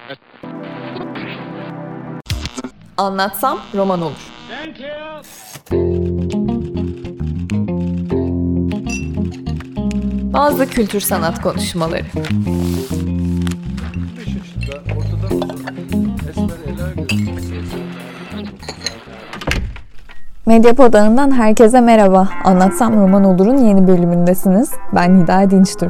Anlatsam roman olur. Bazı kültür sanat konuşmaları. Medyapod ağından herkese merhaba. Anlatsam roman olur'un yeni bölümündesiniz. Ben Hidayet Dinçtürk.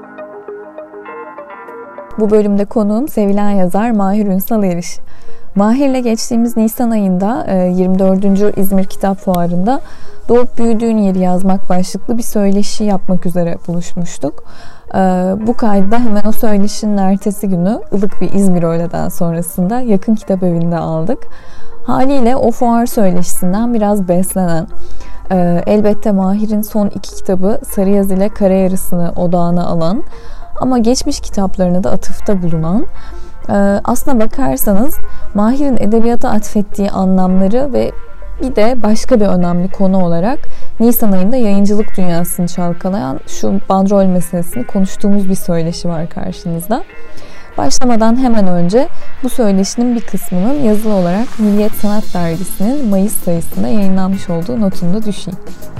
Bu bölümde konuğum sevilen yazar Mahir Ünsal Eriş. Mahir'le geçtiğimiz Nisan ayında 24. İzmir Kitap Fuarı'nda doğup büyüdüğün yeri yazmak başlıklı bir söyleşi yapmak üzere buluşmuştuk. Bu kaydı da hemen o söyleşinin ertesi günü ılık bir İzmir öğleden sonrasında Yakın Kitap Evi'nde aldık. Haliyle o fuar söyleşisinden biraz beslenen, elbette Mahir'in son 2 kitabı Sarıyaz ile Kara Yarısı'nı odağına alan ama geçmiş kitaplarına da atıfta bulunan, aslına bakarsanız Mahir'in edebiyata atfettiği anlamları ve bir de başka bir önemli konu olarak Nisan ayında yayıncılık dünyasını çalkalayan şu bandrol meselesini konuştuğumuz bir söyleşi var karşınızda. Başlamadan hemen önce bu söyleşinin bir kısmının yazılı olarak Milliyet Sanat Dergisi'nin Mayıs sayısında yayınlanmış olduğu notunu da düşeyim.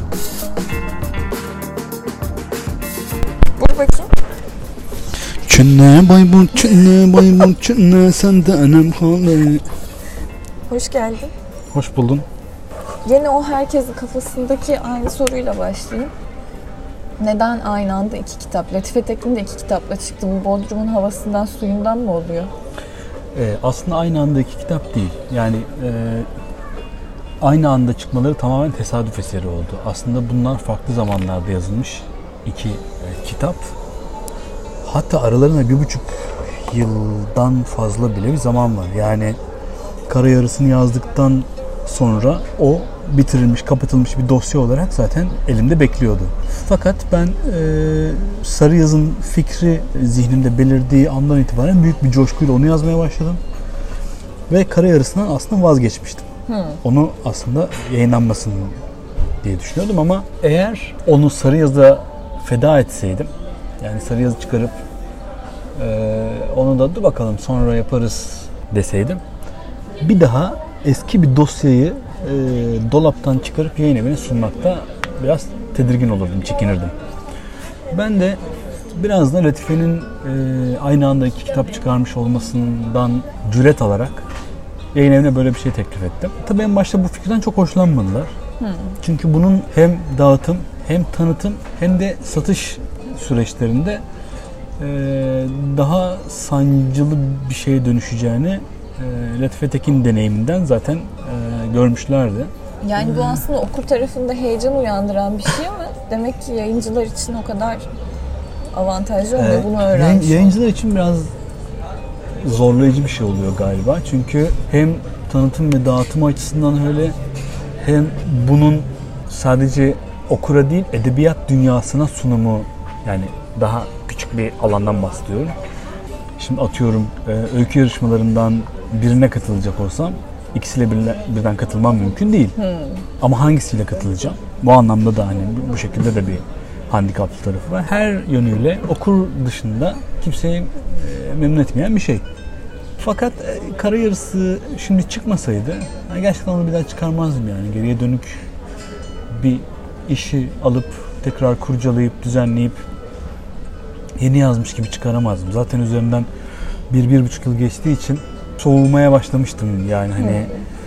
Vur bakayım. Çınne Bayburt, çınne Bayburt, çınne sendenem halı. Hoş geldin. Hoş buldun. Yine o herkesin kafasındaki aynı soruyla başlayayım. Neden aynı anda 2 kitap? Latife Tekin de 2 kitapla çıktı. Bu Bodrum'un havasından, suyundan mı oluyor? Aslında aynı anda 2 kitap değil. Yani aynı anda çıkmaları tamamen tesadüf eseri oldu. Aslında bunlar farklı zamanlarda yazılmış 2 kitap. Hatta aralarında 1,5 yıldan fazla bile bir zaman var. Yani Kara Yarısı'nı yazdıktan sonra o bitirilmiş, kapatılmış bir dosya olarak zaten elimde bekliyordu. Fakat ben Sarıyaz'ın fikri zihnimde belirdiği andan itibaren büyük bir coşkuyla onu yazmaya başladım. Ve Kara Yarısı'ndan aslında vazgeçmiştim. Onu aslında yayınlanmasın diye düşünüyordum ama eğer onu Sarıyaz'a feda etseydim, yani Sarıyaz'ı çıkarıp onu da dur bakalım sonra yaparız deseydim, bir daha eski bir dosyayı dolaptan çıkarıp yayın evine sunmakta biraz tedirgin olurdum, çekinirdim. Ben de biraz da Latife'nin aynı anda 2 kitap çıkarmış olmasından cüret alarak yayın evine böyle bir şey teklif ettim. Tabii en başta bu fikirden çok hoşlanmadılar. Çünkü bunun hem dağıtım, hem tanıtım, hem de satış süreçlerinde daha sancılı bir şeye dönüşeceğini Latife Tekin deneyiminden zaten görmüşlerdi. Yani bu aslında okur tarafında heyecan uyandıran bir şey ama demek ki yayıncılar için o kadar avantajlı olmuyor. Bunu öğrenmiş. Yayıncılar için biraz zorlayıcı bir şey oluyor galiba. Çünkü hem tanıtım ve dağıtım açısından öyle, hem bunun sadece okura değil edebiyat dünyasına sunumu, yani daha küçük bir alandan bahsediyorum. Şimdi atıyorum öykü yarışmalarından birine katılacak olsam ikisiyle birden katılmam mümkün değil. Ama hangisiyle katılacağım? Bu anlamda da hani bu şekilde de bir handikaplı tarafı var. Her yönüyle okur dışında kimseyi memnun etmeyen bir şey. Fakat Kara Yarısı şimdi çıkmasaydı gerçekten onu bir daha çıkarmazdım yani. Geriye dönük bir işi alıp tekrar kurcalayıp düzenleyip yeni yazmış gibi çıkaramazdım. Zaten üzerinden 1-1,5 yıl geçtiği için soğumaya başlamıştım yani hani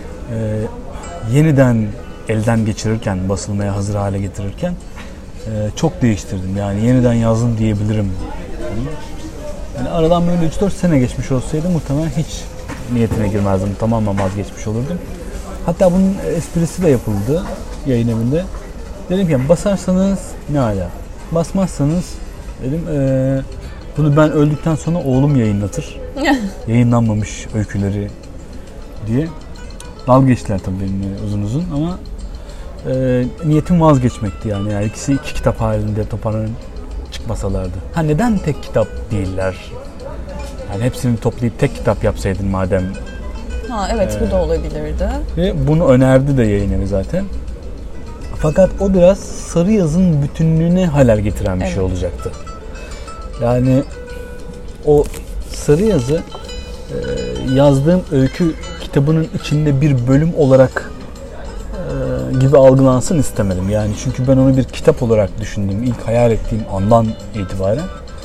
yeniden elden geçirirken, basılmaya hazır hale getirirken çok değiştirdim yani yeniden yazdım diyebilirim. Yani aradan böyle 3-4 sene geçmiş olsaydı muhtemelen hiç niyetine girmezdim, tamamen vazgeçmiş olurdum. Hatta bunun esprisi de yapıldı yayın evinde. Dedim ki basarsanız ne ala, basmazsanız dedim bunu ben öldükten sonra oğlum yayınlatır. Yayınlanmamış öyküleri diye. Dalga geçtiler tabii benimle uzun uzun ama niyetim vazgeçmekti yani. Yani ikisi 2 kitap halinde toparlanıp çıkmasalardı. Ha neden tek kitap değiller? Yani hepsini toplayıp tek kitap yapsaydın madem. Ha evet bu da olabilirdi. Ve bunu önerdi de yayın evi zaten. Fakat o biraz Sarıyaz'ın bütünlüğüne halel getiren bir şey olacaktı. Yani o Sarıyaz'ı yazdığım öykü kitabının içinde bir bölüm olarak gibi algılansın istemedim. Yani çünkü ben onu bir kitap olarak düşündüm ilk hayal ettiğim andan itibaren.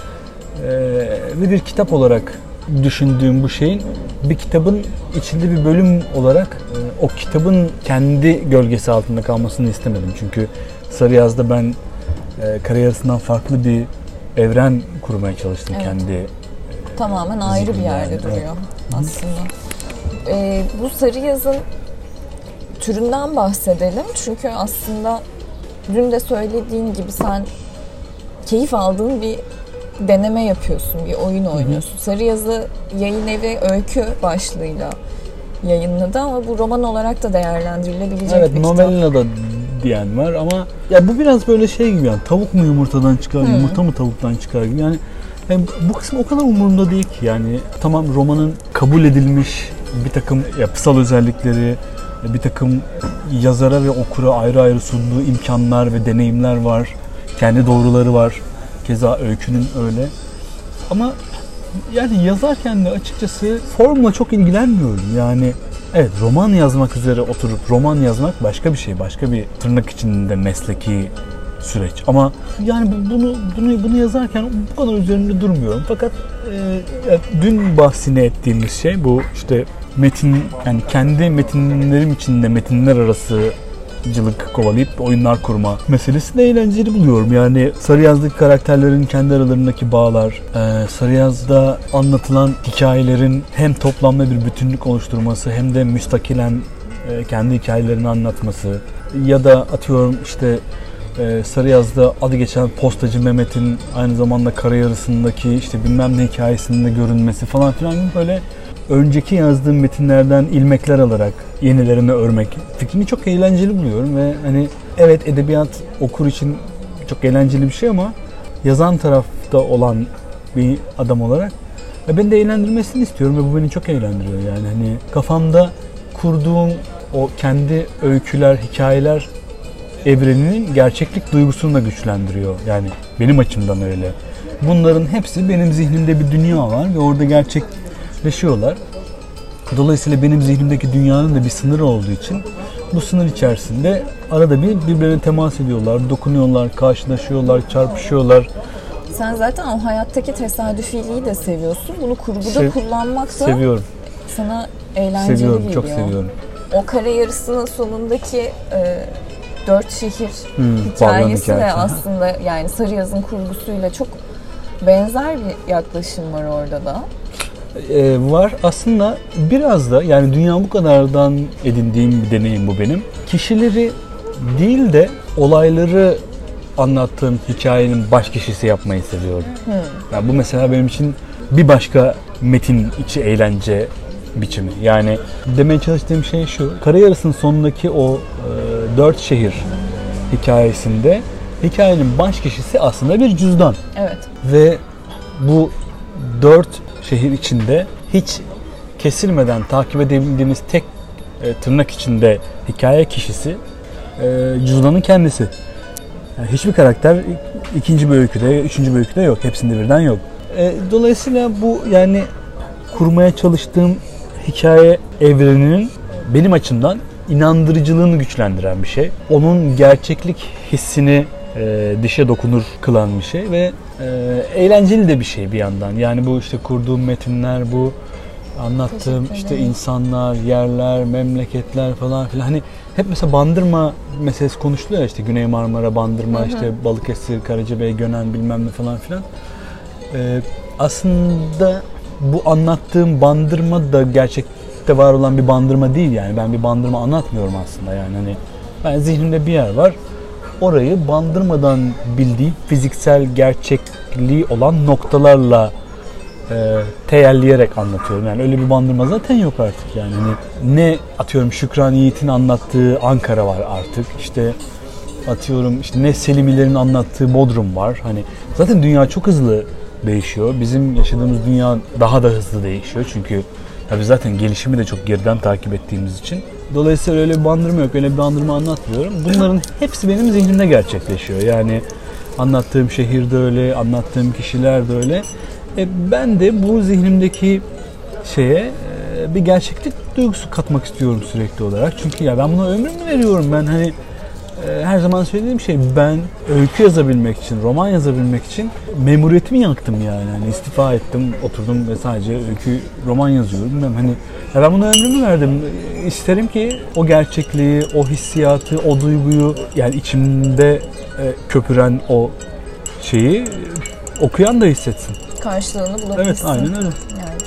Ve bir kitap olarak düşündüğüm bu şeyin bir kitabın içinde bir bölüm olarak o kitabın kendi gölgesi altında kalmasını istemedim. Çünkü Sarı Yaz'da ben Kara Yarısı'ndan farklı bir evren kurmaya çalıştım kendi. Tamamen ayrı bir yerde duruyor aslında. Bu Sarı Yaz'ın türünden bahsedelim. Çünkü aslında dün de söylediğin gibi sen keyif aldığın bir deneme yapıyorsun, bir oyun oynuyorsun. Sarı Yazı Yayın Evi öykü başlığıyla yayınladı ama bu roman olarak da değerlendirilebilecek bir kitap. Evet, novella da diyen var ama ya bu biraz böyle şey gibi, yani tavuk mu yumurtadan çıkar, yumurta mı tavuktan çıkar gibi. Yani bu kısım o kadar umurumda değil ki. Yani tamam, romanın kabul edilmiş bir takım yapısal özellikleri, bir takım yazara ve okura ayrı ayrı sunduğu imkanlar ve deneyimler var. Kendi doğruları var. Keza öykünün öyle. Ama yani yazarken de açıkçası formla çok ilgilenmiyorum. Yani evet, roman yazmak üzere oturup roman yazmak başka bir şey. Başka bir tırnak içinde mesleki süreç. Ama yani bunu yazarken bu kadar üzerinde durmuyorum. Fakat dün bahsini ettiğimiz şey bu işte metin, yani kendi metinlerim içinde metinler arasıcılık kovalayıp oyunlar kurma meselesini eğlenceli buluyorum. Yani Sarı Yaz'daki karakterlerin kendi aralarındaki bağlar, Sarı Yaz'da anlatılan hikayelerin hem toplamda bir bütünlük oluşturması hem de müstakilen kendi hikayelerini anlatması ya da atıyorum işte Sarı Yaz'da adı geçen postacı Mehmet'in aynı zamanda Kara Yarısı'ndaki işte bilmem ne hikayesinde görünmesi falan filan gibi böyle önceki yazdığım metinlerden ilmekler alarak yenilerini örmek fikrini çok eğlenceli buluyorum ve hani evet, edebiyat okur için çok eğlenceli bir şey ama yazan tarafta olan bir adam olarak beni de eğlendirmesini istiyorum ve bu beni çok eğlendiriyor. Yani hani kafamda kurduğum o kendi öyküler, hikayeler evreninin gerçeklik duygusunu da güçlendiriyor. Yani benim açımdan öyle. Bunların hepsi benim zihnimde bir dünya var ve orada gerçekleşiyorlar. Dolayısıyla benim zihnimdeki dünyanın da bir sınırı olduğu için bu sınır içerisinde arada bir birbirine temas ediyorlar, dokunuyorlar, karşılaşıyorlar, çarpışıyorlar. Sen zaten o hayattaki tesadüfiliği de seviyorsun. Bunu kurguda kullanmak da seviyorum. Sana eğlenceli seviyorum, geliyor. Çok seviyorum. O Kara Yarısı'nın sonundaki 4 şehir hikayesi de aslında yani Sarı Yaz'ın kurgusuyla çok benzer bir yaklaşım var orada da. Var. Aslında biraz da yani dünya bu kadardan edindiğim bir deneyim bu benim. Kişileri değil de olayları anlattığım hikayenin baş kişisi yapmayı seviyorum. Yani bu mesela benim için bir başka metin içi eğlence biçimi. Yani demeye çalıştığım şey şu. Kara Yarısı'nın sonundaki o 4 şehir hikayesinde hikayenin baş kişisi aslında bir cüzdan. Evet. Ve bu 4 şehir içinde hiç kesilmeden takip edebildiğiniz tek tırnak içinde hikaye kişisi cüzdanın kendisi. Yani hiçbir karakter ikinci bir öyküde, üçüncü bir öyküde yok. Hepsinde birden yok. Dolayısıyla bu yani kurmaya çalıştığım hikaye evreninin benim açımdan inandırıcılığını güçlendiren bir şey. Onun gerçeklik hissini dişe dokunur kılan bir şey ve eğlenceli de bir şey bir yandan. Yani bu işte kurduğum metinler, bu anlattığım işte insanlar, yerler, memleketler falan filan. Hani hep mesela Bandırma meselesi konuşuluyor ya, işte Güney Marmara, Bandırma, işte Balıkesir, Karacabey, Gönen bilmem ne falan filan. Aslında bu anlattığım Bandırma da gerçekte var olan bir Bandırma değil yani. Ben bir Bandırma anlatmıyorum aslında yani. Hani ben zihnimde bir yer var. Orayı Bandırmadan bildiğim fiziksel gerçekliği olan noktalarla teyelleyerek anlatıyorum. Yani öyle bir Bandırma zaten yok artık yani. Hani ne atıyorum Şükran Yiğit'in anlattığı Ankara var artık. İşte atıyorum işte ne Selimilerin anlattığı Bodrum var. Hani zaten dünya çok hızlı değişiyor. Bizim yaşadığımız dünya daha da hızlı değişiyor. Çünkü tabii zaten gelişimi de çok geriden takip ettiğimiz için. Dolayısıyla öyle bir Bandırma yok, öyle bir Bandırma anlatmıyorum. Bunların hepsi benim zihnimde gerçekleşiyor. Yani anlattığım şehir de öyle, anlattığım kişiler de öyle. Ben de bu zihnimdeki bir gerçeklik duygusu katmak istiyorum sürekli olarak. Çünkü ya ben buna ömrümü veriyorum. Ben hani her zaman söylediğim şey, ben öykü yazabilmek için, roman yazabilmek için memuriyetimi yaktım yani. Hani istifa ettim, oturdum ve sadece öykü, roman yazıyorum. Ben buna ömrümü verdim. İsterim ki o gerçekliği, o hissiyatı, o duyguyu, yani içimde köpüren o şeyi okuyan da hissetsin. Karşılığını bulabilsin. Evet, aynen öyle. Yani.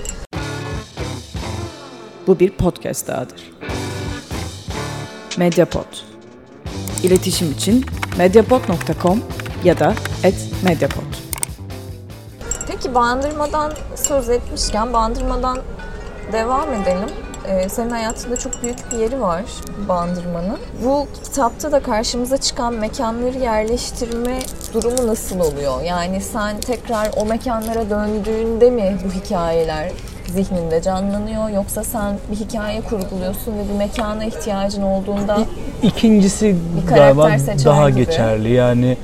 Bu bir podcast dahadır. Mediapod. İletişim için mediapod.com ya da @mediapod. Peki Bandırma'dan söz etmişken Bandırma'dan devam edelim. Senin hayatında çok büyük bir yeri var Bandırma'nın. Bu kitapta da karşımıza çıkan mekanları yerleştirme durumu nasıl oluyor? Yani sen tekrar o mekanlara döndüğünde mi bu hikayeler zihninde canlanıyor, yoksa sen bir hikaye kurguluyorsun ve bir mekana ihtiyacın olduğunda İkincisi galiba daha geçerli. Yani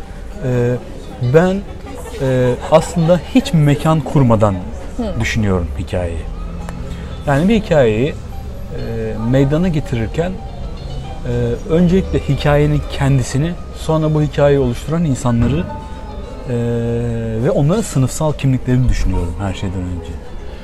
ben aslında hiç mekan kurmadan düşünüyorum hikayeyi. Yani bir hikayeyi meydana getirirken öncelikle hikayenin kendisini, sonra bu hikayeyi oluşturan insanları ve onların sınıfsal kimliklerini düşünüyorum her şeyden önce.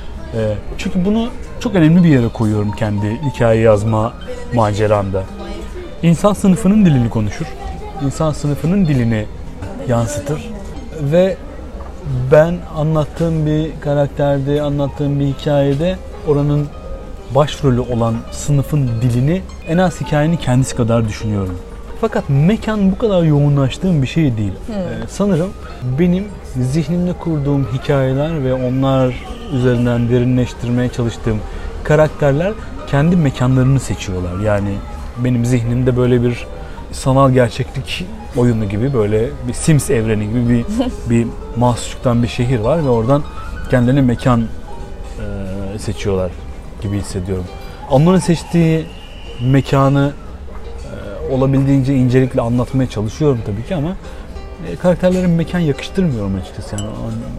Çünkü bunu çok önemli bir yere koyuyorum kendi hikaye yazma maceramda. İnsan sınıfının dilini konuşur, insan sınıfının dilini yansıtır ve ben anlattığım bir karakterde, anlattığım bir hikayede oranın başrolü olan sınıfın dilini en az hikayenin kendisi kadar düşünüyorum. Fakat mekan bu kadar yoğunlaştığım bir şey değil. Sanırım benim zihnimde kurduğum hikayeler ve onlar üzerinden derinleştirmeye çalıştığım karakterler kendi mekanlarını seçiyorlar. Yani benim zihnimde böyle bir sanal gerçeklik oyunu gibi, böyle bir Sims evreni gibi bir mahsusçuktan bir şehir var ve oradan kendilerine mekan seçiyorlar gibi hissediyorum. Onların seçtiği mekanı olabildiğince incelikle anlatmaya çalışıyorum tabii ki, ama karakterlerin mekan yakıştırmıyorum açıkçası. Yani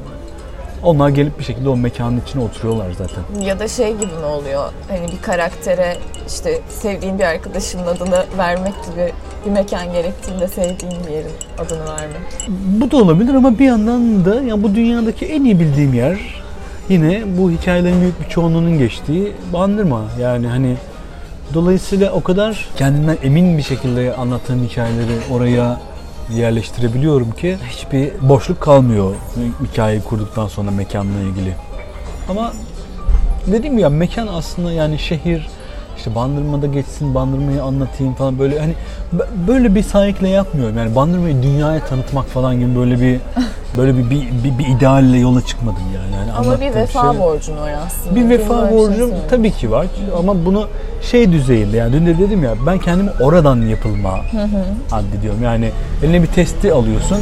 onlar gelip bir şekilde o mekanın içine oturuyorlar zaten. Ya da şey gibi mi oluyor? Hani bir karaktere işte sevdiğin bir arkadaşının adını vermek gibi bir mekan gerektiğinde sevdiğin bir yerin adını vermek. Bu da olabilir ama bir yandan da ya bu dünyadaki en iyi bildiğim yer yine bu hikayelerin büyük bir çoğunluğunun geçtiği Bandırma. Yani hani dolayısıyla o kadar kendimden emin bir şekilde anlattığım hikayeleri oraya yerleştirebiliyorum ki hiçbir boşluk kalmıyor hikayeyi kurduktan sonra mekanla ilgili. Ama dediğim gibi mekan aslında, yani şehir, işte Bandırma'da geçsin, Bandırma'yı anlatayım falan, böyle hani böyle bir saygıyla yapmıyorum. Yani Bandırma'yı dünyaya tanıtmak falan gibi böyle bir idealle yola çıkmadım yani. Ama bir vefa borcun var aslında. Bir vefa borcum tabii ki var ama bunu düzeyinde, yani dün de dedim ya, ben kendimi oradan yapılma addediyorum. Yani eline bir testi alıyorsun,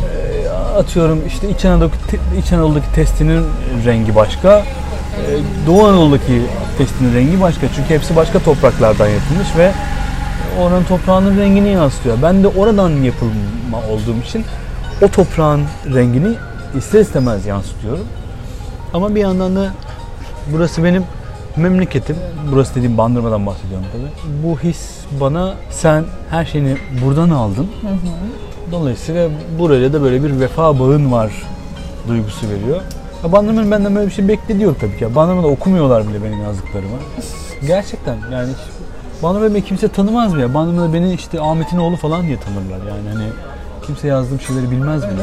atıyorum işte İç Anadolu'daki testinin rengi başka, Doğu Anadolu'daki testinin rengi başka. Çünkü hepsi başka topraklardan yapılmış ve oranın toprağının rengini yansıtıyor. Ben de oradan yapılma olduğum için o toprağın rengini ister istemez yansıtıyorum. Ama bir yandan da burası benim memleketim. Burası dediğim Bandırma'dan bahsediyorum tabii. Bu his bana, sen her şeyini buradan aldın. Dolayısıyla buraya da böyle bir vefa bağın var duygusu veriyor. Bandırma'nın benden böyle bir şey beklediyor tabii ki. Bandırma'da okumuyorlar bile benim yazdıklarımı. Gerçekten yani Bandırma'da beni kimse tanımaz mı ya? Bandırma'da beni işte Ahmet'in oğlu falan diye tanırlar yani. Hani kimse yazdığım şeyleri bilmez bile.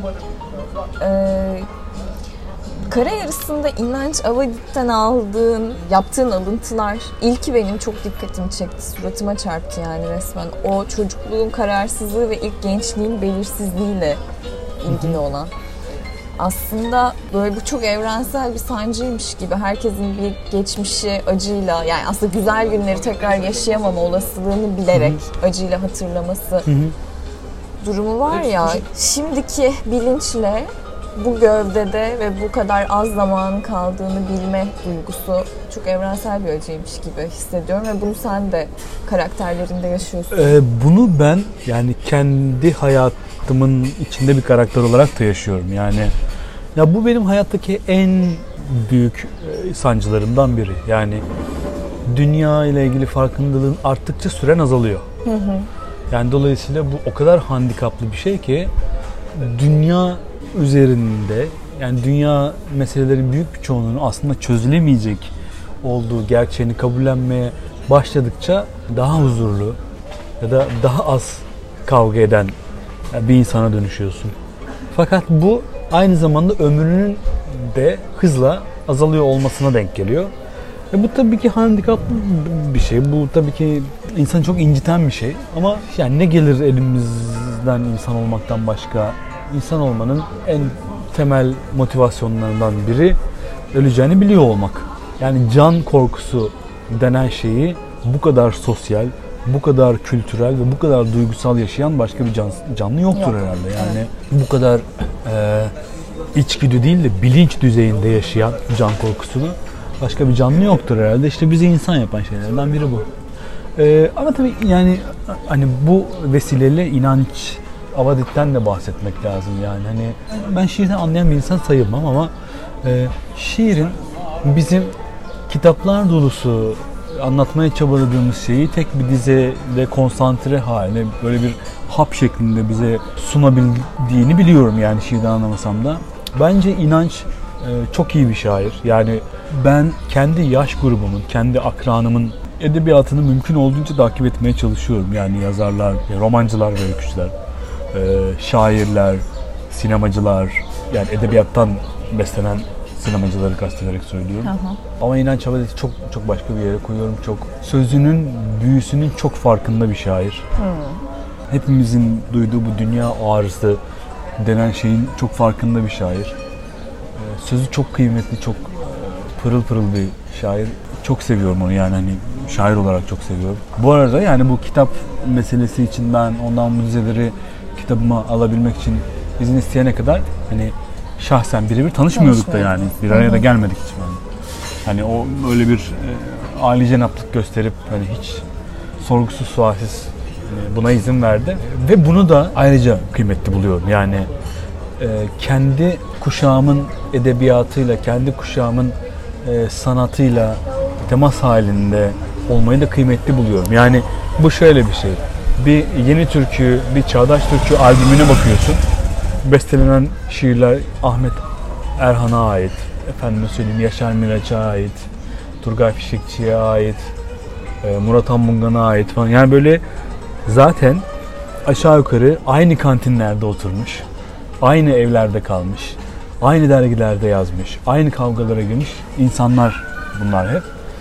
Kara Yarısı'nda İnanç Avadit'ten yaptığın alıntılar ilki benim çok dikkatimi çekti. Suratıma çarptı yani resmen. O çocukluğun kararsızlığı ve ilk gençliğin belirsizliğiyle ilgili olan. Aslında böyle bu çok evrensel bir sancıymış gibi. Herkesin bir geçmişi acıyla, yani aslında güzel günleri tekrar yaşayamama olasılığını bilerek acıyla hatırlaması durumu var ya. Şimdiki bilinçle bu gövdede ve bu kadar az zamanın kaldığını bilme duygusu çok evrensel bir acıymış gibi hissediyorum ve bunu sen de karakterlerinde yaşıyorsun. Bunu ben yani kendi hayatımın içinde bir karakter olarak da yaşıyorum. Yani ya bu benim hayattaki en büyük sancılarımdan biri. Yani dünya ile ilgili farkındalığın arttıkça süren azalıyor. Yani dolayısıyla bu o kadar handikaplı bir şey ki dünya üzerinde, yani dünya meseleleri büyük bir çoğunluğunun aslında çözülemeyecek olduğu gerçeğini kabullenmeye başladıkça daha huzurlu ya da daha az kavga eden bir insana dönüşüyorsun. Fakat bu aynı zamanda ömrünün de hızla azalıyor olmasına denk geliyor. Bu tabii ki handikaplı bir şey. Bu tabii ki insanı çok inciten bir şey. Ama yani ne gelir elimizden insan olmaktan başka? İnsan olmanın en temel motivasyonlarından biri öleceğini biliyor olmak. Yani can korkusu denen şeyi bu kadar sosyal, bu kadar kültürel ve bu kadar duygusal yaşayan başka bir canlı yoktur herhalde. Yani bu kadar içgüdü değil de bilinç düzeyinde yaşayan can korkusunu başka bir canlı yoktur herhalde. İşte bizi insan yapan şeylerden biri bu. Ama tabii yani hani bu vesileyle inanç, abaditten de bahsetmek lazım yani. Hani ben şiirden anlayan bir insan sayılmam ama şiirin bizim kitaplar dolusu anlatmaya çabaladığımız şeyi tek bir dizede konsantre haline böyle bir hap şeklinde bize sunabildiğini biliyorum yani şiirden anlamasam da. Bence İnanç çok iyi bir şair. Yani ben kendi yaş grubumun, kendi akranımın edebiyatını mümkün olduğunca takip etmeye çalışıyorum. Yani yazarlar, romancılar ve öykücüler, şairler, sinemacılar, yani edebiyattan beslenen sinemacıları kastederek söylüyorum. Ama İnanç Abadit'i çok çok başka bir yere koyuyorum. Çok sözünün büyüsünün çok farkında bir şair. Hepimizin duyduğu bu dünya ağrısı denen şeyin çok farkında bir şair. Sözü çok kıymetli, çok pırıl pırıl bir şair. Çok seviyorum onu yani hani şair olarak çok seviyorum. Bu arada yani bu kitap meselesi için ben ondan bu dizeleri kitabıma alabilmek için izin isteyene kadar hani şahsen birebir tanışmıyorduk da yani. Bir araya da gelmedik hiç yani. Hani o öyle bir âli cenaplık gösterip hani hiç sorgusuz sualsiz buna izin verdi. Ve bunu da ayrıca kıymetli buluyorum. Yani kendi kuşağımın edebiyatıyla, kendi kuşağımın sanatıyla temas halinde olmayı da kıymetli buluyorum. Yani bu şöyle bir şey. Bir yeni türkü, bir çağdaş türkü albümüne bakıyorsun. Bestelenen şiirler Ahmet Erhan'a ait, efendime söyleyeyim Yaşar Miraç'a ait, Turgay Fişekçi'ye ait, Murat Anmungan'a ait falan. Yani böyle zaten aşağı yukarı aynı kantinlerde oturmuş, aynı evlerde kalmış, aynı dergilerde yazmış, aynı kavgalara girmiş insanlar bunlar hep.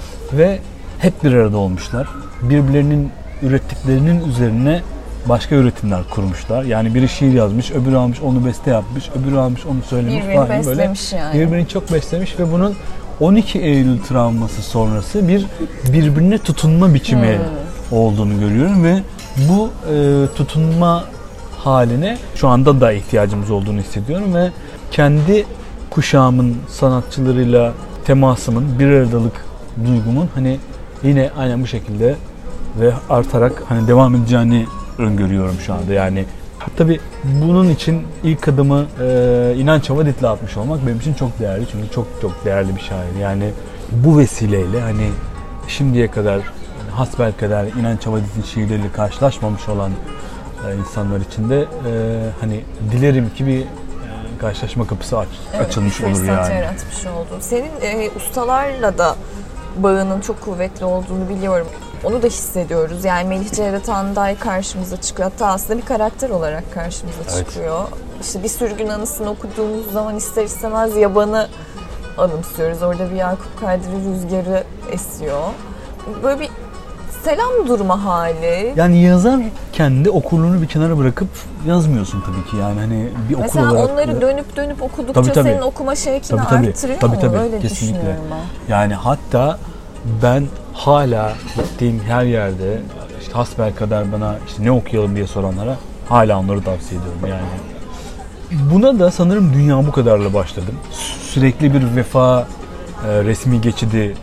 Ve hep bir arada olmuşlar. Birbirlerinin ürettiklerinin üzerine başka üretimler kurmuşlar. Yani biri şiir yazmış, öbürü almış onu beste yapmış, öbürü almış onu söylemiş birbirini falan. beslemiş böyle. yani. Birbirini çok beslemiş ve bunun 12 Eylül travması sonrası bir birbirine tutunma biçimi olduğunu görüyorum ve bu tutunma haline şu anda da ihtiyacımız olduğunu hissediyorum ve kendi kuşağımın sanatçılarıyla temasımın, bir aradalık duygumun hani yine aynen bu şekilde ve artarak hani devam edeceğini öngörüyorum şu anda. Yani tabii bunun için ilk adımı İnanç Abadit'le atmış olmak benim için çok değerli. Çünkü çok çok değerli bir şair. Yani bu vesileyle hani şimdiye kadar hasbelkader İnanç Abadit'in şiirleriyle karşılaşmamış olan insanlar için de hani dilerim ki bir karşılaşma kapısı açılmış olur yani. Fırsat yaratmış oldun. Senin ustalarla da bağının çok kuvvetli olduğunu biliyorum. Onu da hissediyoruz. Yani Melih Cevdet Anday karşımıza çıkıyor. Hatta aslında bir karakter olarak karşımıza çıkıyor. İşte bir sürgün anısını okuduğumuz zaman ister istemez yabanı anımsıyoruz. Orada bir Yakup Kadri rüzgarı esiyor. Böyle bir selam durma hali. Yani yazarken de okurluğunu bir kenara bırakıp yazmıyorsun tabii ki yani hani bir okur mesela olarak. Onları dönüp okudukça senin okuma şevkini artırıyor mu? Öyle kesinlikle. düşünüyorum ben. Yani hatta ben hala gittiğim her yerde işte hasbelkader bana işte ne okuyalım diye soranlara hala onları tavsiye ediyorum yani. Buna da sanırım Dünya Bu Kadar'la başladım. Sürekli bir vefa resmi geçidi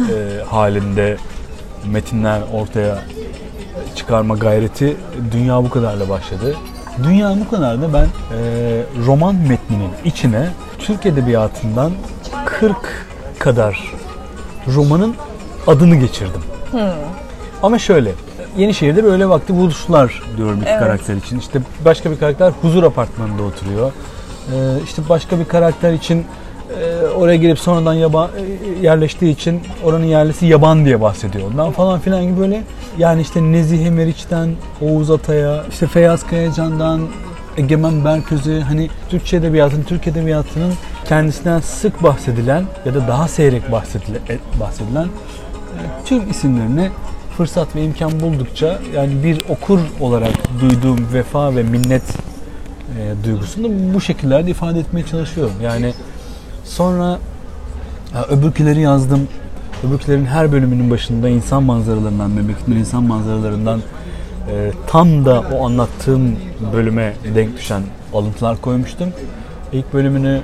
halinde metinler ortaya çıkarma gayreti Dünya Bu Kadar'la başladı. Dünya Bu Kadar'da ben roman metninin içine Türk edebiyatından 40 kadar romanın adını geçirdim. Ama şöyle, Yenişehir'de böyle vakti buluştular diyorum iki karakter için. İşte başka bir karakter huzur apartmanında oturuyor. İşte başka bir karakter için oraya gelip sonradan yerleştiği için oranın yerlisi yaban diye bahsediyor. Ondan falan filan gibi böyle. Yani işte Nezihe Meriç'ten Oğuz Atay'a, işte Feyyaz Kayacan'dan Egemen Berköz'e, hani Türk edebiyatının kendisinden sık bahsedilen ya da daha seyrek bahsedilen tüm isimlerine fırsat ve imkan buldukça, yani bir okur olarak duyduğum vefa ve minnet duygusunu bu şekillerde ifade etmeye çalışıyorum. Yani sonra öbürküleri yazdım. Öbürkülerin her bölümünün başında insan manzaralarından, memleketin insan manzaralarından tam da o anlattığım bölüme denk düşen alıntılar koymuştum. İlk bölümünü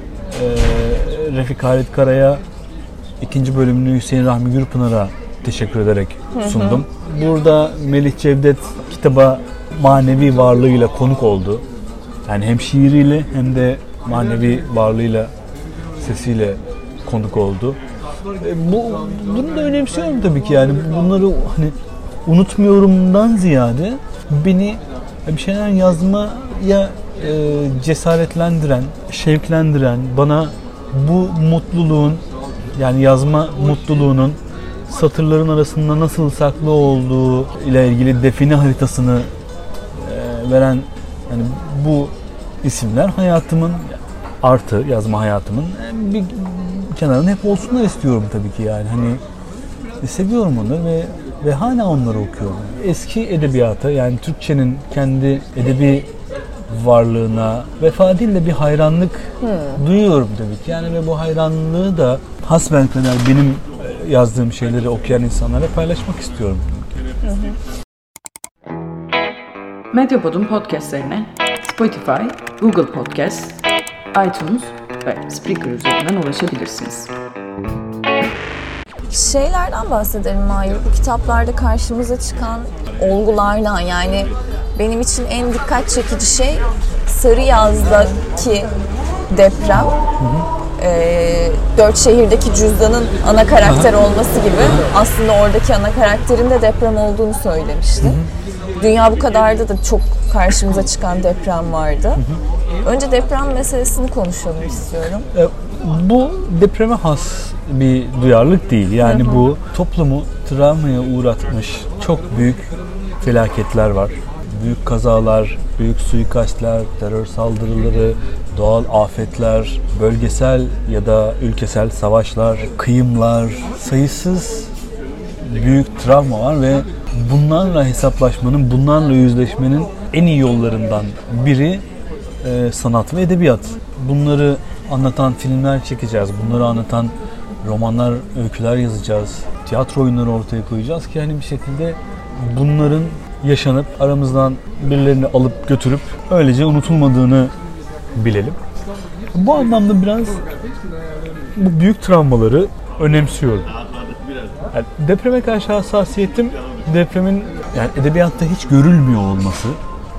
Refik Halit Kara'ya, ikinci bölümünü Hüseyin Rahmi Gürpınar'a teşekkür ederek sundum. Burada Melih Cevdet kitaba manevi varlığıyla konuk oldu. Yani hem şiiriyle hem de manevi varlığıyla, sesiyle konuk oldu. Bunu da önemsiyorum tabii ki, yani bunları hani unutmuyorumdan ziyade beni bir şeyler yazmaya cesaretlendiren, şevklendiren, bana bu mutluluğun, yani yazma mutluluğunun satırların arasında nasıl saklı olduğu ile ilgili define haritasını veren, yani bu isimler hayatımın artı, yazma hayatımın bir kenarında hep olsunlar istiyorum tabii ki, yani hani seviyorum onları ve hala onları okuyorum. Eski edebiyata, yani Türkçenin kendi edebi varlığına vefa değil de bir hayranlık duyuyorum tabii ki. Yani ve bu hayranlığı da hasbelkader benim yazdığım şeyleri okuyan insanlarla paylaşmak istiyorum. Medyapod'un podcastlerine Spotify, Google Podcast, iTunes ve Spreaker üzerinden ulaşabilirsiniz. Şeylerden bahsedelim Mahir. Bu kitaplarda karşımıza çıkan olgulardan, yani benim için en dikkat çekici şey Sarıyaz'daki deprem. Dört şehirdeki cüzdanın ana karakter olması gibi aslında oradaki ana karakterin de deprem olduğunu söylemişti. Dünya bu kadarda da çok karşımıza çıkan deprem vardı. Önce deprem meselesini konuşalım istiyorum. Bu depreme has bir duyarlılık değil. Yani bu toplumu travmaya uğratmış çok büyük felaketler var. Büyük kazalar, büyük suikastler, terör saldırıları, doğal afetler, bölgesel ya da ülkesel savaşlar, kıyımlar, sayısız büyük travma var ve bunlarla hesaplaşmanın, bunlarla yüzleşmenin en iyi yollarından biri sanat ve edebiyat. Bunları anlatan filmler çekeceğiz, bunları anlatan romanlar, öyküler yazacağız, tiyatro oyunları ortaya koyacağız ki hani bir şekilde bunların yaşanıp aramızdan birilerini alıp götürüp öylece unutulmadığını bilelim. Bu anlamda biraz bu büyük travmaları önemsiyorum. Yani depreme karşı hassasiyetim, depremin yani edebiyatta hiç görülmüyor olması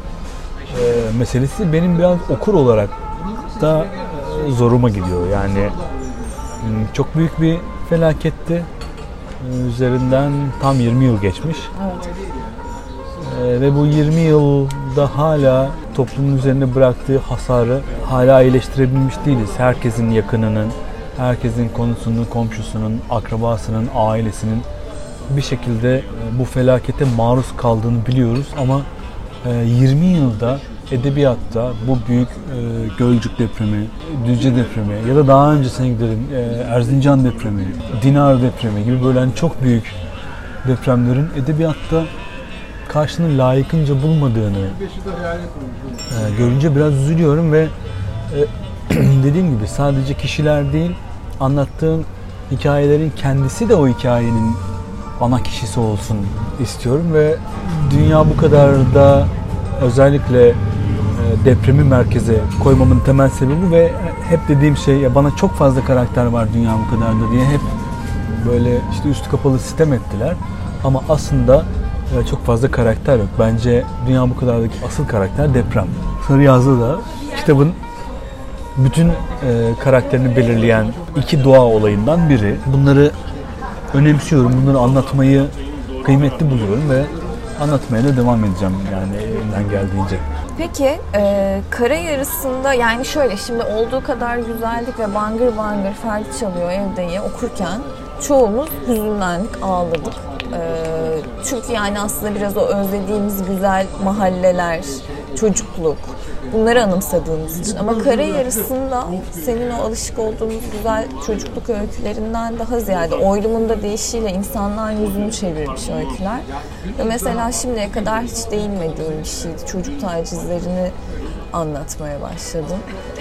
meselesi benim biraz okur olarak da zoruma gidiyor. Yani çok büyük bir felaketti. Üzerinden tam 20 yıl geçmiş. Evet. Ve bu 20 yılda hala toplumun üzerine bıraktığı hasarı hala iyileştirebilmiş değiliz. Herkesin yakınının, herkesin konusunun, komşusunun, akrabasının, ailesinin bir şekilde bu felakete maruz kaldığını biliyoruz. Ama 20 yılda edebiyatta bu büyük Gölcük depremi, Düzce depremi ya da daha öncesine gidelim Erzincan depremi, Dinar depremi gibi böyle hani çok büyük depremlerin edebiyatta karşılığını layıkınca bulmadığını görünce biraz üzülüyorum ve dediğim gibi sadece kişiler değil, anlattığım hikayelerin kendisi de o hikayenin ana kişisi olsun istiyorum ve dünya bu kadar da özellikle depremi merkeze koymamın temel sebebi ve hep dediğim şey, bana çok fazla karakter var dünya bu kadar da diye hep böyle işte üstü kapalı sitem ettiler ama aslında çok fazla karakter yok. Bence dünya bu kadardaki asıl karakter deprem. Sarıyaz'da da kitabın bütün karakterini belirleyen iki doğa olayından biri. Bunları önemsiyorum, bunları anlatmayı kıymetli buluyorum ve anlatmaya da devam edeceğim yani elimden geldiğince. Peki kara yarısında yani şöyle şimdi olduğu kadar güzellik ve bangır bangır Ferdi çalıyor evde okurken çoğumuz hüzünlendik, ağladık. Çünkü yani aslında biraz o özlediğimiz güzel mahalleler, çocukluk bunları anımsadığımız için. Ama kara yarısında senin o alışık olduğumuz güzel çocukluk öykülerinden daha ziyade oylumun da değişiyle insanların yüzünü çevirmiş öyküler. Ve mesela şimdiye kadar hiç değinmediğim bir şeydi. Çocuk tacizlerini anlatmaya başladım.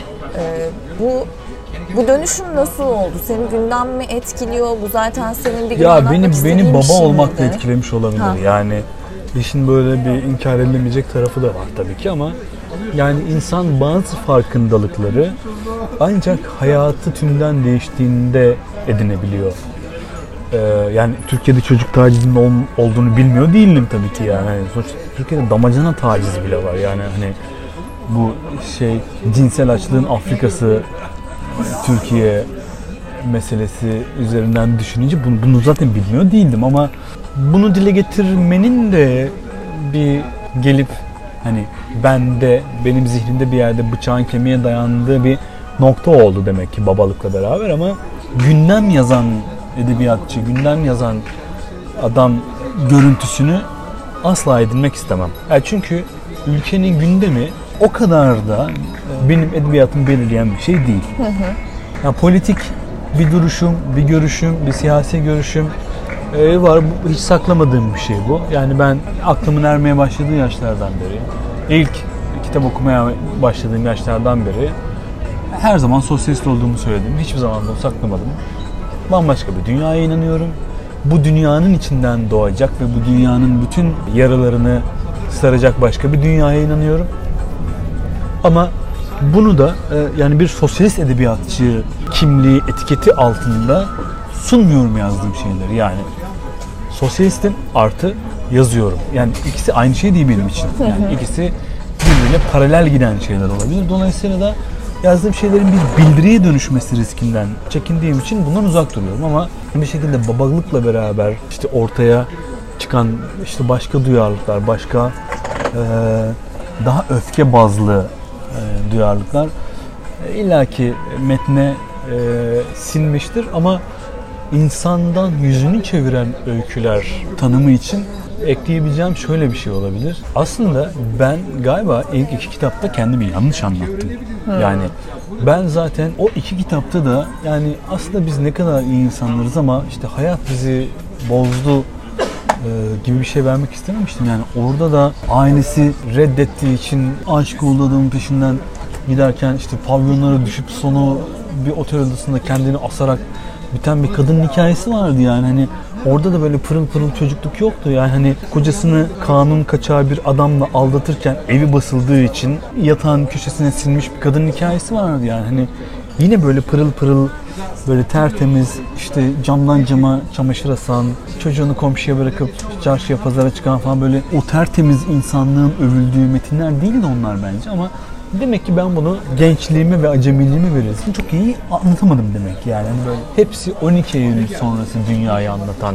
Bu dönüşüm nasıl oldu? Senin gündem mi etkiliyor? Bu zaten senin bir gün anlatmak istediğin beni baba şey olmak da miydi? etkilemiş olabilir. Yani işin böyle bir inkar edilemeyecek tarafı da var tabii ki ama yani insan bazı farkındalıkları ancak hayatı tümden değiştiğinde edinebiliyor. Yani Türkiye'de çocuk tacizinin olduğunu bilmiyor değilim tabii ki yani. Sonuçta Türkiye'de damacana tacizi bile var yani hani bu cinsel açlığın Afrika'sı Türkiye meselesi üzerinden düşününce bunu zaten bilmiyor değildim ama bunu dile getirmenin de bir gelip hani benim zihnimde bir yerde bıçağın kemiğe dayandığı bir nokta oldu demek ki babalıkla beraber ama gündem yazan edebiyatçı, gündem yazan adam görüntüsünü asla edinmek istemem. Yani çünkü ülkenin gündemi o kadar da benim edebiyatımı belirleyen bir şey değil. Yani politik bir duruşum, bir görüşüm, bir siyasi görüşüm var. Hiç saklamadığım bir şey bu. Yani ben aklımın ermeye başladığı yaşlardan beri, ilk kitap okumaya başladığım yaşlardan beri her zaman sosyalist olduğumu söyledim. Hiçbir zaman bunu saklamadım. Bambaşka bir dünyaya inanıyorum. Bu dünyanın içinden doğacak ve bu dünyanın bütün yaralarını saracak başka bir dünyaya inanıyorum. Ama bunu da yani bir sosyalist edebiyatçı kimliği, etiketi altında sunmuyorum yazdığım şeyleri. Yani sosyalistim artı yazıyorum. Yani ikisi aynı şey değil benim için. Yani ikisi birbirine paralel giden şeyler olabilir. Dolayısıyla da yazdığım şeylerin bir bildiriye dönüşmesi riskinden çekindiğim için bundan uzak duruyorum ama bir şekilde babalıkla beraber işte ortaya çıkan işte başka duyarlılıklar, başka daha öfke bazlı duyarlılıklar illaki metne sinmiştir ama insandan yüzünü çeviren öyküler tanımı için ekleyebileceğim şöyle bir şey olabilir. Aslında ben galiba ilk iki kitapta kendimi yanlış anlattım. Yani ben zaten o iki kitapta da yani aslında biz ne kadar iyi insanlarız ama işte hayat bizi bozdu gibi bir şey vermek istememiştim. Yani orada da ailesi reddettiği için aşık olduğu adamın peşinden giderken işte pavyonlara düşüp sonu bir otel odasında kendini asarak biten bir kadının hikayesi vardı yani hani orada da böyle pırıl pırıl çocukluk yoktu yani hani kocasını kanun kaçağı bir adamla aldatırken evi basıldığı için yatağın köşesine silmiş bir kadının hikayesi vardı yani hani yine böyle pırıl pırıl böyle tertemiz işte camdan cama çamaşır asan çocuğunu komşuya bırakıp çarşıya pazara çıkan falan böyle o tertemiz insanlığın övüldüğü metinler değildi onlar bence ama demek ki ben bunu gençliğime ve acemiliğime verirsin çok iyi anlatamadım demek ki yani böyle hepsi 12 Eylül sonrası dünyayı anlatan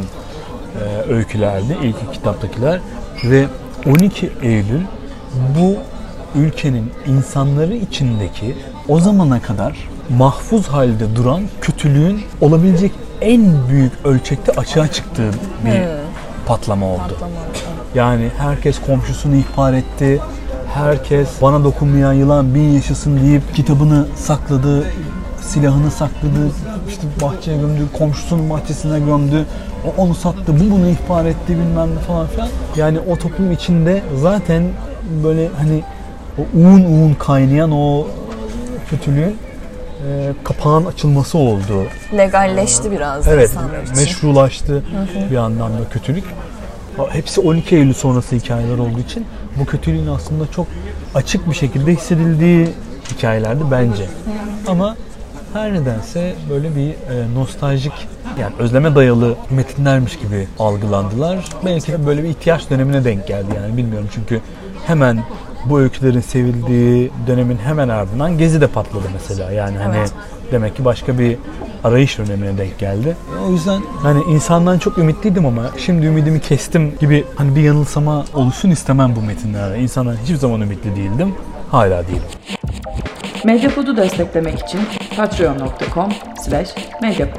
öykülerdi ilk iki kitaptakiler ve 12 Eylül bu ülkenin insanları içindeki o zamana kadar mahfuz halde duran kötülüğün olabilecek en büyük ölçekte açığa çıktığı bir patlama oldu. Yani herkes komşusunu ihbar etti. Herkes bana dokunmayan yılan bin yaşasın deyip kitabını sakladı, silahını sakladı, işte bahçeye gömdü, komşusunun bahçesine gömdü, o onu sattı, bu bunu ihbar etti bilmem ne falan filan. Yani o toplum içinde zaten böyle hani o uğun kaynayan o kötülüğün kapağın açılması oldu. Legalleşti biraz evet, insanlar için. Meşrulaştı bir yandan da kötülük. Hepsi 12 Eylül sonrası hikayeler olduğu için bu kötülüğün aslında çok açık bir şekilde hissedildiği hikayelerdi bence. Ama her nedense böyle bir nostaljik yani özleme dayalı metinlermiş gibi algılandılar. Belki de böyle bir ihtiyaç dönemine denk geldi yani bilmiyorum çünkü hemen bu öykülerin sevildiği dönemin hemen ardından Gezi de patladı mesela. Yani hani demek ki başka bir arayış dönemine denk geldi. O yüzden hani insandan çok ümitliydim ama şimdi ümidimi kestim gibi hani bir yanılsama oluşsun istemem bu metinlerde. İnsandan hiçbir zaman ümitli değildim. Hala değilim. Medyapod'u desteklemek için patreon.com/medyapod.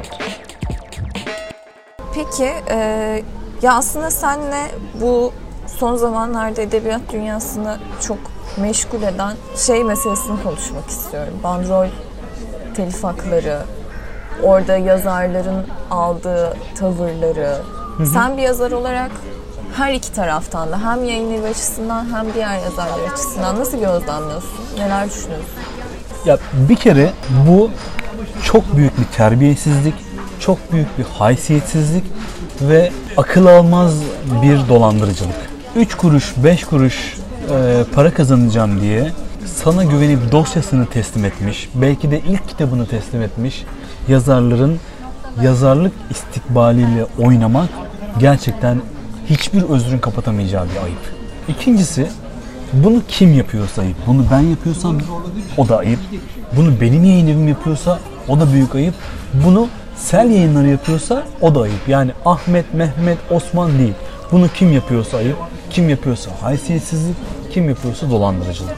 Peki, ya aslında seninle bu son zamanlarda edebiyat dünyasını çok meşgul eden meselesini konuşmak istiyorum. Bandrol telif hakları, orada yazarların aldığı tavırları. Sen bir yazar olarak her iki taraftan da hem yayın evi açısından hem diğer yazarlar açısından nasıl gözlemliyorsun? Neler düşünüyorsun? Ya bir kere bu çok büyük bir terbiyesizlik, çok büyük bir haysiyetsizlik ve akıl almaz bir dolandırıcılık. 3 kuruş, 5 kuruş para kazanacağım diye sana güvenip dosyasını teslim etmiş, belki de ilk kitabını teslim etmiş yazarların yazarlık istikbaliyle oynamak gerçekten hiçbir özrün kapatamayacağı bir ayıp. İkincisi, bunu kim yapıyorsa ayıp. Bunu ben yapıyorsam o da ayıp. Bunu benim yayın evim yapıyorsa o da büyük ayıp. Bunu Sel Yayınları yapıyorsa o da ayıp. Yani Ahmet, Mehmet, Osman değil. Bunu kim yapıyorsa ayıp, kim yapıyorsa haysiyetsizlik, kim yapıyorsa dolandırıcılık.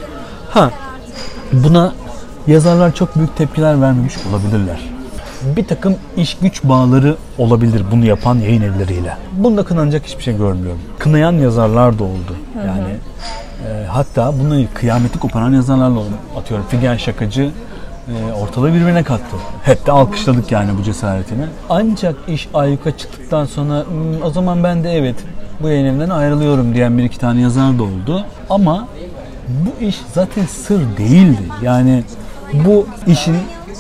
Buna yazarlar çok büyük tepkiler vermemiş olabilirler. Bir takım iş güç bağları olabilir bunu yapan yayın evleriyle. Bunda kınanacak hiçbir şey görmüyorum. Kınayan yazarlar da oldu. Yani hatta bunu kıyameti koparan yazarlarla oldu. Atıyorum Figen Şakacı ortalığı birbirine kattı. Hep de alkışladık yani bu cesaretini. Ancak iş ayyuka çıktıktan sonra o zaman ben de bu yayın evinden ayrılıyorum diyen bir iki tane yazar da oldu. Ama bu iş zaten sır değildi. Yani bu işin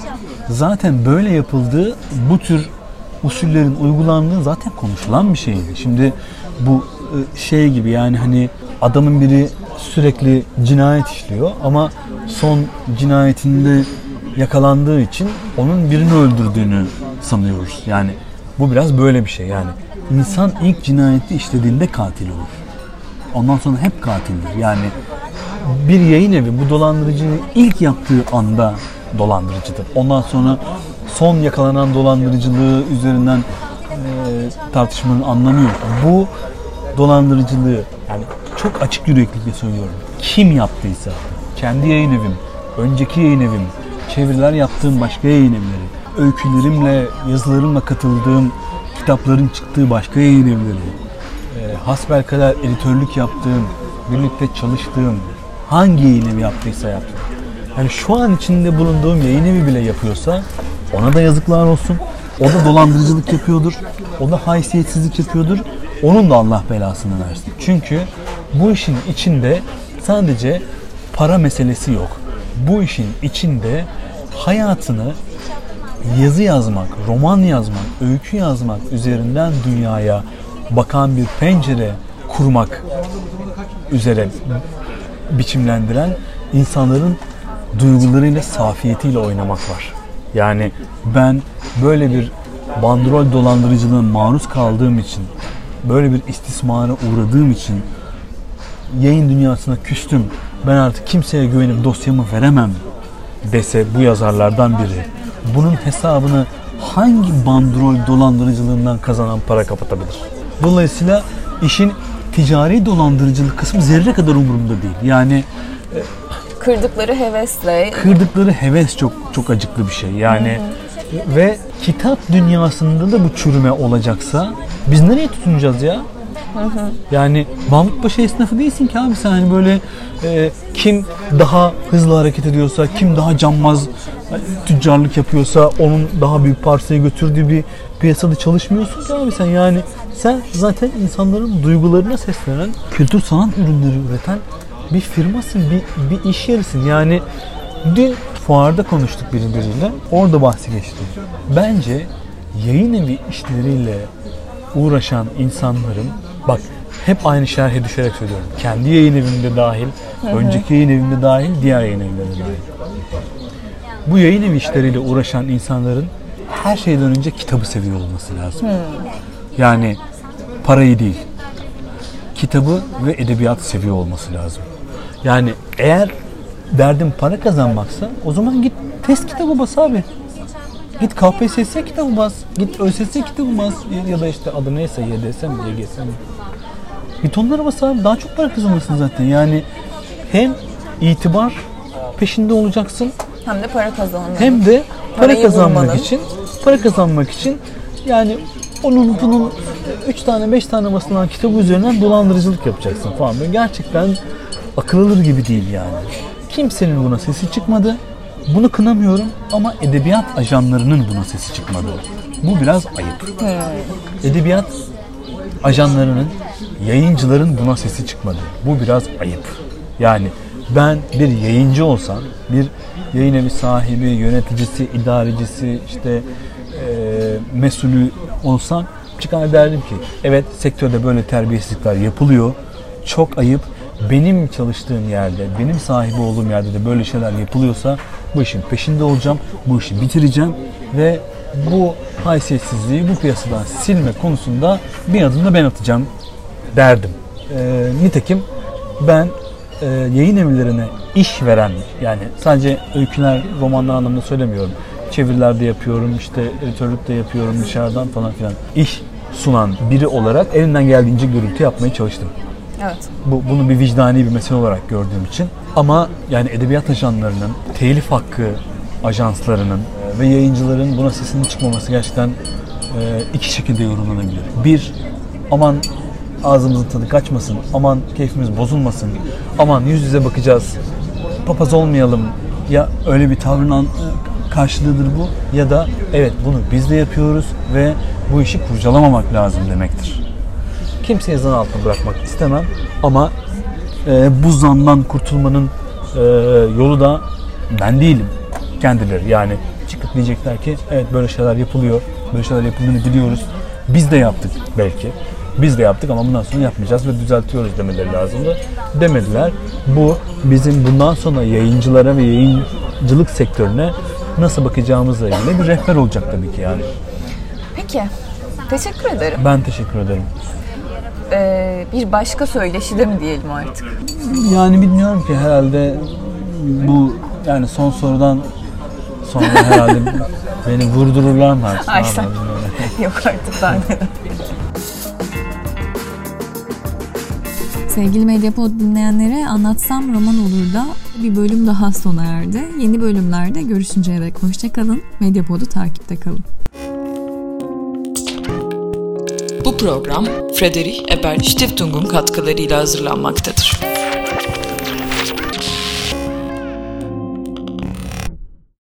zaten böyle yapıldığı, bu tür usullerin uygulandığı zaten konuşulan bir şeydi. Şimdi bu gibi yani hani adamın biri sürekli cinayet işliyor ama son cinayetinde yakalandığı için onun birini öldürdüğünü sanıyoruz. Yani bu biraz böyle bir şey. Yani insan ilk cinayeti işlediğinde katil olur. Ondan sonra hep katildir. Yani bir yayın evi bu dolandırıcılığı ilk yaptığı anda dolandırıcıdır. Ondan sonra son yakalanan dolandırıcılığı üzerinden tartışmanın anlamı yok. Bu dolandırıcılığı yani çok açık yüreklilikle söylüyorum. Kim yaptıysa, kendi yayın evim, önceki yayın evim, çeviriler yaptığım başka yayın evleri, öykülerimle, yazılarımla katıldığım kitapların çıktığı başka yayın evleri, hasbelkader editörlük yaptığım, birlikte çalıştığım hangi yayın evi yaptıysa yaptı. Yani şu an içinde bulunduğum yayın evi bile yapıyorsa ona da yazıklar olsun. O da dolandırıcılık yapıyordur. O da haysiyetsizlik yapıyordur. Onun da Allah belasını versin. Çünkü bu işin içinde sadece para meselesi yok. Bu işin içinde hayatını yazı yazmak, roman yazmak, öykü yazmak üzerinden dünyaya bakan bir pencere kurmak üzere biçimlendiren insanların duygularıyla, safiyetiyle oynamak var. Yani ben böyle bir bandrol dolandırıcılığına maruz kaldığım için, böyle bir istismara uğradığım için yayın dünyasına küstüm, ben artık kimseye güvenip dosyamı veremem dese bu yazarlardan biri, bunun hesabını hangi bandrol dolandırıcılığından kazanan para kapatabilir? Dolayısıyla işin ticari dolandırıcılık kısmı zerre kadar umurumda değil. Yani kırdıkları hevesle. Kırdıkları heves çok acıklı bir şey. Yani ve kitap dünyasında da bu çürüme olacaksa biz nereye tutunacağız ya? Yani Mahmutpaşa esnafı değilsin ki abi sen hani böyle kim daha hızlı hareket ediyorsa, kim daha canmaz tüccarlık yapıyorsa onun daha büyük parsaya götürdüğü bir piyasada çalışmıyorsun ki abi sen. Yani sen zaten insanların duygularına seslenen, kültür sanat ürünleri üreten bir firmasın, bir iş yerisin. Yani dün fuarda konuştuk birileriyle, orada bahsi geçti. Bence yayın evi işleriyle uğraşan insanların, bak hep aynı şerhe düşerek söylüyorum. Kendi yayın evimde dahil, önceki yayın evimde dahil, diğer yayın evlerinde dahil. Bu yayın evi işleriyle uğraşan insanların her şeyden önce kitabı seviyor olması lazım. Yani parayı değil, kitabı ve edebiyatı seviyor olması lazım. Yani eğer derdin para kazanmaksa o zaman git test kitabı bas abi. Git KPSS kitabı bas. Git ÖSS kitabı bas. Ya da işte adı neyse YDS mi YGS mi. Git onlara bas abi. Daha çok para kazanırsın zaten. Yani hem itibar peşinde olacaksın. Hem de para kazanmak. Hem de Parayı para kazanmak için yani bunun 3 tane 5 tane basılan kitabı üzerinden dolandırıcılık yapacaksın falan. Böyle gerçekten akıl alır gibi değil yani. Kimsenin buna sesi çıkmadı. Bunu kınamıyorum ama edebiyat ajanlarının buna sesi çıkmadı. Bu biraz ayıp. Edebiyat ajanlarının, yayıncıların buna sesi çıkmadı. Bu biraz ayıp. Yani ben bir yayıncı olsam, bir yayın evi sahibi, yöneticisi, idarecisi, işte mesulü olsam çıkar derdim ki evet sektörde böyle terbiyesizlikler yapılıyor. Çok ayıp. Benim çalıştığım yerde, benim sahibi olduğum yerde de böyle şeyler yapılıyorsa bu işin peşinde olacağım. Bu işi bitireceğim ve bu haysiyetsizliği bu piyasadan silme konusunda bir adım da ben atacağım derdim. Nitekim ben yayın evlerine iş veren, yani sadece öyküler, romanlar anlamında söylemiyorum. Çevirilerde yapıyorum, işte editörlük de yapıyorum dışarıdan falan filan. İş sunan biri olarak elinden geldiğince gürültü yapmaya çalıştım. Evet. Bunu bir vicdani bir mesele olarak gördüğüm için. Ama yani edebiyat ajanlarının, telif hakkı ajanslarının ve yayıncıların buna sesinin çıkmaması gerçekten iki şekilde yorumlanabilir. Bir, aman ağzımızın tadı kaçmasın, aman keyfimiz bozulmasın, aman yüz yüze bakacağız, papaz olmayalım, ya öyle bir tavrın karşılığıdır bu, ya da evet bunu biz de yapıyoruz ve bu işi kurcalamamak lazım demektir. Kimseyi zan altına bırakmak istemem ama bu zandan kurtulmanın yolu da ben değilim, kendileri. Yani çıkıp diyecekler ki evet böyle şeyler yapılıyor, böyle şeyler yapıldığını biliyoruz, biz de yaptık belki. Biz de yaptık ama bundan sonra yapmayacağız ve düzeltiyoruz demeleri lazımdı. Demediler. Bu bizim bundan sonra yayıncılara ve yayıncılık sektörüne nasıl bakacağımızla ilgili bir rehber olacak tabii ki yani. Peki. Teşekkür ederim. Ben teşekkür ederim. Bir başka söyleşide mi diyelim artık? Yani bilmiyorum ki, herhalde bu yani son sorudan sonra herhalde beni vurdururlar mı artık? Ay sen. Yok artık daha neler. Sevgili Medyapod dinleyenlere Anlatsam Roman Olur da bir bölüm daha sona erdi. Yeni bölümlerde görüşünceye dek hoşça kalın. Medyapod'u takipte kalın. Bu program Friedrich Ebert Stiftung'un katkılarıyla hazırlanmaktadır.